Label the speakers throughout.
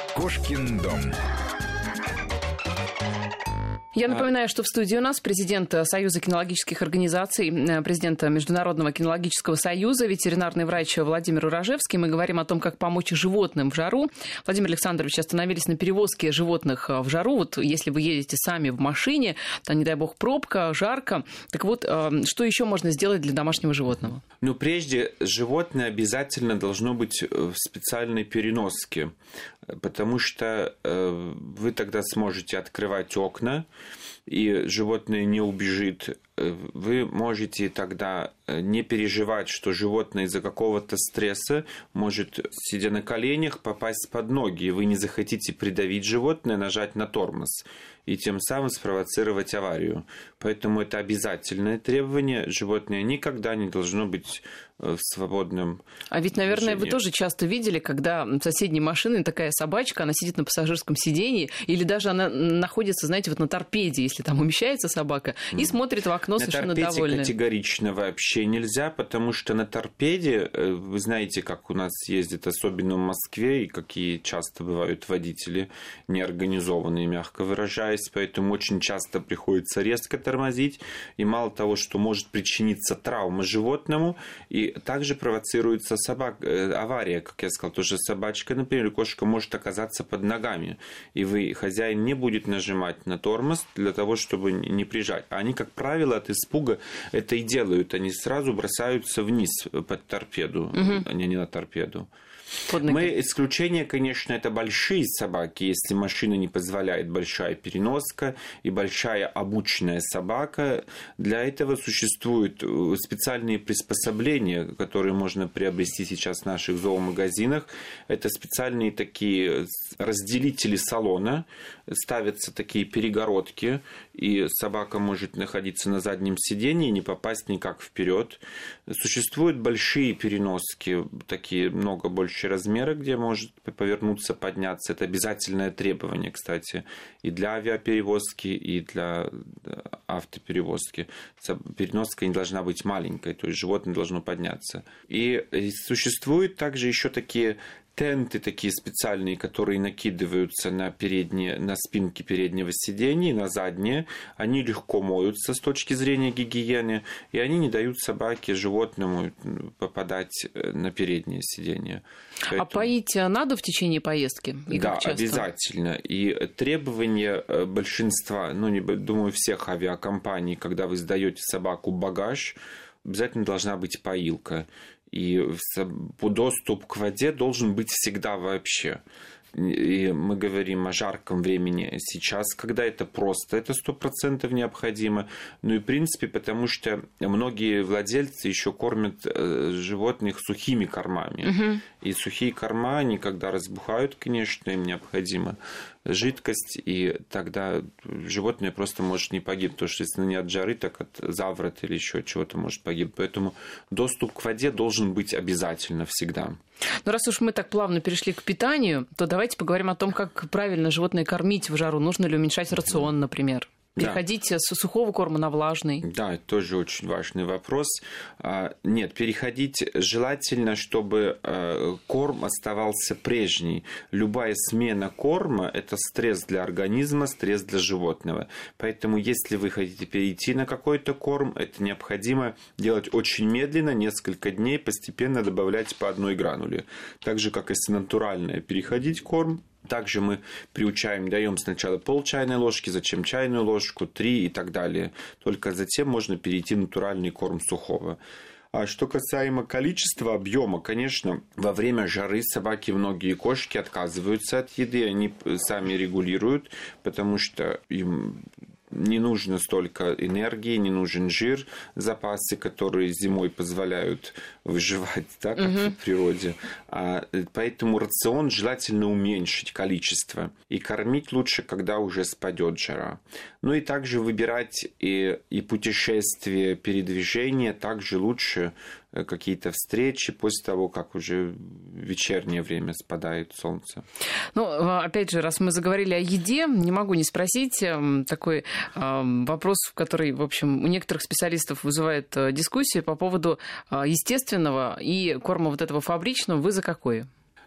Speaker 1: Кошкин дом.
Speaker 2: Я напоминаю, что в студии у нас президент Союза кинологических организаций, президент Международного кинологического союза, ветеринарный врач Владимир Урожевский. Мы говорим о том, как помочь животным в жару. Владимир Александрович, остановились на перевозке животных в жару. Вот если вы едете сами в машине, то, не дай бог, пробка, жарко. Так вот, что еще можно сделать для домашнего животного?
Speaker 3: Ну, прежде, животное обязательно должно быть в специальной переноске, потому что вы тогда сможете открывать окна, и животное не убежит. Вы можете тогда не переживать, что животное из-за какого-то стресса может, сидя на коленях, попасть под ноги, и вы не захотите придавить животное, нажать на тормоз и тем самым спровоцировать аварию. Поэтому это обязательное требование. Животное никогда не должно быть в свободном
Speaker 2: А ведь, наверное,
Speaker 3: движении.
Speaker 2: вы тоже часто видели, когда в соседней машине такая собачка, она сидит на пассажирском сидении, или даже она находится, знаете, вот на торпеде, если там умещается собака, и смотрит в окно совершенно довольная.
Speaker 3: На торпеде категорично вообще нельзя, потому что на торпеде, вы знаете, как у нас ездят, особенно в Москве, и какие часто бывают водители неорганизованные, мягко выражаясь, поэтому очень часто приходится резко тормозить, и мало того, что может причиниться травма животному, и также провоцируется авария, как я сказал, тоже собачка, например, кошка может оказаться под ногами, и хозяин не будет нажимать на тормоз для того, чтобы не прижать. А они, как правило, от испуга это и делают, они сразу бросаются вниз под торпеду, а не на торпеду. Исключение, конечно, это большие собаки, если машина не позволяет большая переноска и большая обученная собака. Для этого существуют специальные приспособления, которые можно приобрести сейчас в наших зоомагазинах. Это специальные такие разделители салона, ставятся такие перегородки, и собака может находиться на заднем сидении и не попасть никак вперед. Существуют большие переноски, такие много больше размера, где может повернуться, подняться. Это обязательное требование, кстати, и для авиаперевозки, и для автоперевозки. Переноска не должна быть маленькой, то есть животное должно подняться. И существуют также еще такие тенты, такие специальные, которые накидываются на спинки переднего сидения, на задние. Они легко моются с точки зрения гигиены, и они не дают собаке, животному попадать на переднее сиденье.
Speaker 2: Поэтому... А поить надо в течение поездки? И
Speaker 3: да,
Speaker 2: как часто?
Speaker 3: Обязательно. И требования большинства, думаю, всех авиакомпаний, когда вы сдаете собаку багаж, обязательно должна быть поилка. И доступ к воде должен быть всегда вообще. И мы говорим о жарком времени сейчас, когда это просто, это 100% необходимо. Ну и в принципе, потому что многие владельцы еще кормят животных сухими кормами. И сухие корма, они когда разбухают, конечно, им необходима жидкость, и тогда животное просто может не погибнуть, потому что если не от жары, так от заворота или еще чего-то может погибнуть. Поэтому доступ к воде должен быть обязательно всегда.
Speaker 2: Ну, раз уж мы так плавно перешли к питанию, то давайте поговорим о том, как правильно животное кормить в жару. Нужно ли уменьшать рацион, например? Переходить с сухого корма на влажный? Да,
Speaker 3: это тоже очень важный вопрос. Нет, переходить желательно, чтобы корм оставался прежний. Любая смена корма – это стресс для организма, стресс для животного. Поэтому, если вы хотите перейти на какой-то корм, это необходимо делать очень медленно, несколько дней, постепенно добавлять по одной грануле. Так же, как если натуральное переходить корм. Также мы приучаем, даем сначала пол чайной ложки, затем чайную ложку, 3 и так далее. Только затем можно перейти в натуральный корм сухого. А что касаемо количества, объема, конечно, во время жары собаки, многие кошки отказываются от еды, они сами регулируют, потому что им не нужно столько энергии, не нужен жир, запасы, которые зимой позволяют выживать, так, как в природе. Поэтому рацион желательно уменьшить количество. И кормить лучше, когда уже спадет жара. Ну и также выбирать и путешествия, передвижения, также лучше какие-то встречи после того, как уже в вечернее время спадает солнце.
Speaker 2: Ну, опять же, раз мы заговорили о еде, не могу не спросить такой вопрос, который, в общем, у некоторых специалистов вызывает дискуссию по поводу естественного и корма вот этого фабричного. Вы за какое?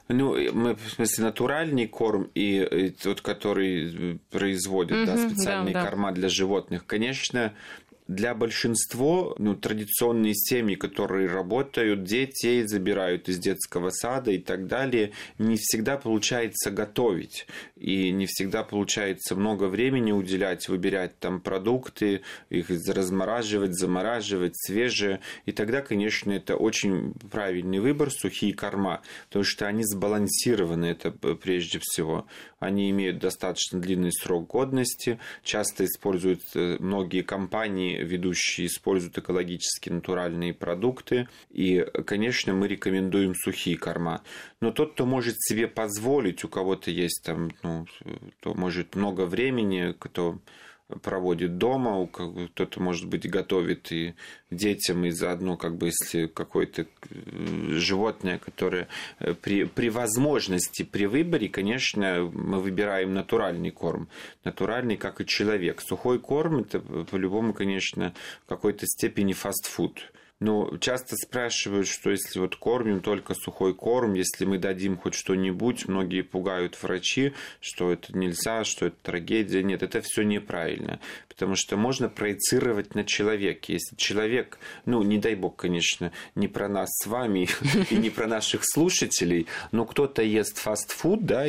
Speaker 3: Ну, мы, в смысле, натуральный корм и тот, который производит специальные корма для животных, конечно, для большинства традиционные семьи, которые работают, детей забирают из детского сада и так далее, не всегда получается готовить. И не всегда получается много времени уделять, выбирать там продукты, их размораживать, замораживать, свежие. И тогда, конечно, это очень правильный выбор, сухие корма, потому что они сбалансированы, это прежде всего. Они имеют достаточно длинный срок годности, часто используют многие компании, ведущие используют экологически натуральные продукты. И, конечно, мы рекомендуем сухие корма. Но тот, кто может себе позволить, у кого-то есть там, кто может много времени, кто проводит дома, кто-то, может быть, готовит и детям, и заодно, если какое-то животное, которое при возможности, при выборе, конечно, мы выбираем натуральный корм. Натуральный, как и человек. Сухой корм – это, по-любому, конечно, в какой-то степени фастфуд. Но часто спрашивают, что если кормим только сухой корм, если мы дадим хоть что-нибудь, многие пугают врачи, что это нельзя, что это трагедия. Нет, это все неправильно. Потому что можно проецировать на человека. Если человек, не дай бог, конечно, не про нас с вами и не про наших слушателей, но кто-то ест фастфуд, да,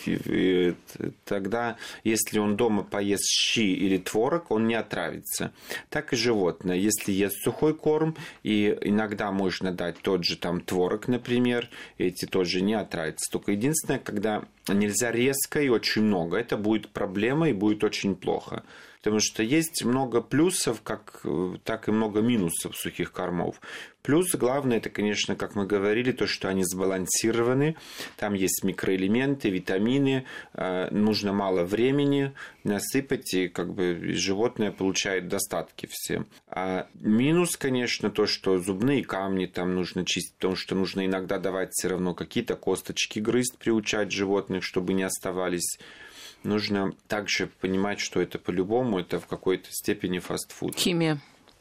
Speaker 3: и тогда, если он дома поест щи или творог, он не отравится. Так и животное. Если ест сухой корм, и иногда можно дать тот же там творог, например, эти тоже не отравятся. Только единственное, когда нельзя резко и очень много, это будет проблема и будет очень плохо. Потому что есть много плюсов, так и много минусов сухих кормов. Плюс главное, это, конечно, как мы говорили, то, что они сбалансированы. Там есть микроэлементы, витамины. Нужно мало времени насыпать, и животное получает достатки все. А минус, конечно, то, что зубные камни там нужно чистить, потому что нужно иногда давать все равно какие-то косточки грызть, приучать животных, чтобы не оставались. Нужно также понимать, что это по-любому, это в какой-то степени фастфуд.
Speaker 2: Химия.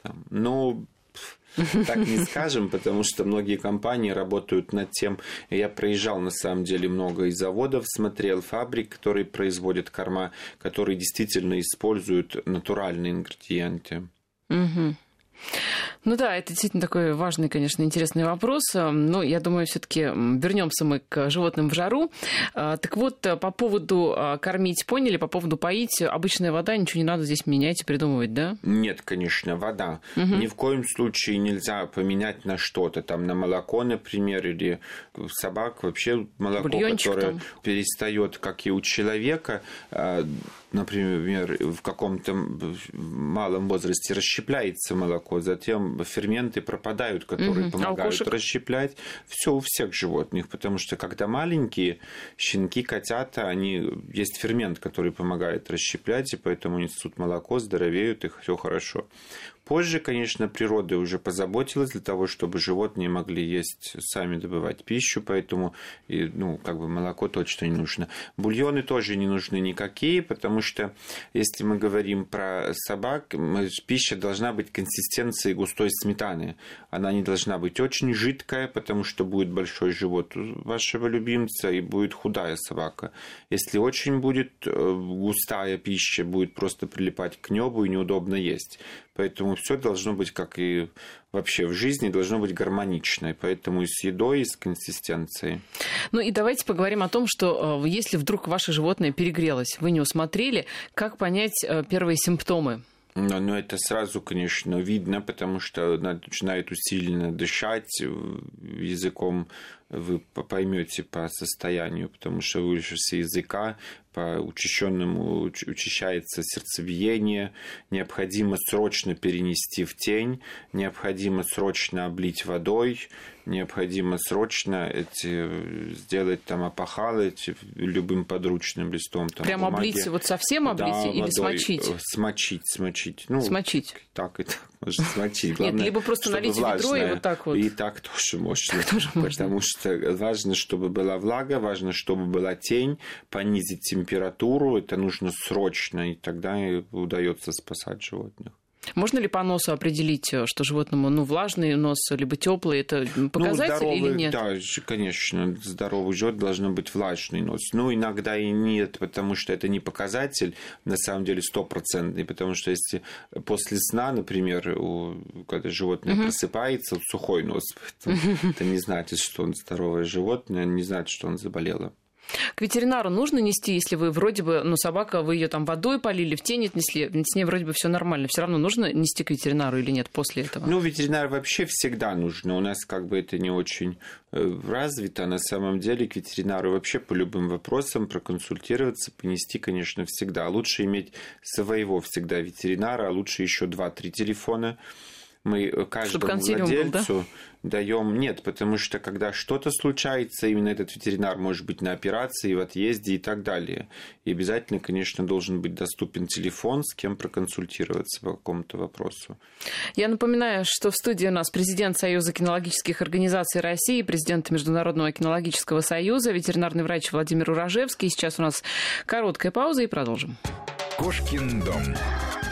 Speaker 3: Так не скажем, потому что многие компании работают над тем. Я проезжал, на самом деле, много и заводов, смотрел фабрик, которые производят корма, которые действительно используют натуральные ингредиенты.
Speaker 2: Угу. Это действительно такой важный, конечно, интересный вопрос. Но я думаю, все-таки вернемся мы к животным в жару. Так вот, по поводу кормить поняли, по поводу поить, обычная вода, ничего не надо здесь менять и придумывать, да?
Speaker 3: Нет, конечно, вода. Ни в коем случае нельзя поменять на что-то, там, на молоко, например, или собак, вообще молоко, которое там перестает, как и у человека, например, в каком-то малом возрасте расщепляется молоко, затем ферменты пропадают, которые помогают расщеплять. Все у всех животных, потому что когда маленькие щенки, котята, есть фермент, который помогает расщеплять, и поэтому несут молоко, здоровеют, и все хорошо. Позже, конечно, природа уже позаботилась для того, чтобы животные могли есть, сами добывать пищу, поэтому молоко точно не нужно. Бульоны тоже не нужны никакие, потому что, если мы говорим про собак, пища должна быть консистенции густой сметаны. Она не должна быть очень жидкая, потому что будет большой живот у вашего любимца и будет худая собака. Если очень будет густая пища, будет просто прилипать к небу и неудобно есть. Поэтому все должно быть, как и вообще в жизни, должно быть гармоничное. Поэтому и с едой, и с консистенцией.
Speaker 2: И давайте поговорим о том, что если вдруг ваше животное перегрелось, вы не усмотрели, как понять первые симптомы?
Speaker 3: Но это сразу, конечно, видно, потому что она начинает усиленно дышать языком. Вы поймете по состоянию, потому что вылезшего языка, по учащенному учащается сердцебиение, необходимо срочно перенести в тень, необходимо срочно облить водой, необходимо срочно сделать там опахалы любым подручным листом. Там,
Speaker 2: прям облить, совсем облить или
Speaker 3: водой,
Speaker 2: смочить?
Speaker 3: Смочить.
Speaker 2: Смочить.
Speaker 3: Так и так можно смочить. Главное,
Speaker 2: нет, либо просто налить ведро и вот так вот.
Speaker 3: И так тоже можно. Потому что важно, чтобы была влага, важно, чтобы была тень, понизить температуру. Это нужно срочно, и тогда удается спасать животных.
Speaker 2: Можно ли по носу определить, что животному влажный нос, либо теплый? Это показатель или нет?
Speaker 3: Да, конечно, здоровый живот должен быть влажный нос. Иногда и нет, потому что это не показатель, на самом деле, 100%. Потому что если после сна, например, когда животное просыпается, сухой нос, это не значит, что он здоровое животное, не значит, что он заболело.
Speaker 2: К ветеринару нужно нести, если вы вроде бы, собака, вы ее там водой полили, в тень отнесли, с ней вроде бы все нормально. Все равно нужно нести к ветеринару или нет после этого?
Speaker 3: Ветеринар вообще всегда нужно. У нас это не очень развито. На самом деле к ветеринару вообще по любым вопросам проконсультироваться, понести, конечно, всегда. Лучше иметь своего всегда ветеринара, а лучше еще 2-3 телефона. Мы каждому владельцу даем... Нет, потому что когда что-то случается, именно этот ветеринар может быть на операции, в отъезде и так далее. И обязательно, конечно, должен быть доступен телефон, с кем проконсультироваться по какому-то вопросу.
Speaker 2: Я напоминаю, что в студии у нас президент Союза кинологических организаций России, президент Международного кинологического союза, ветеринарный врач Владимир Уражевский. Сейчас у нас короткая пауза и продолжим.
Speaker 1: Кошкин дом.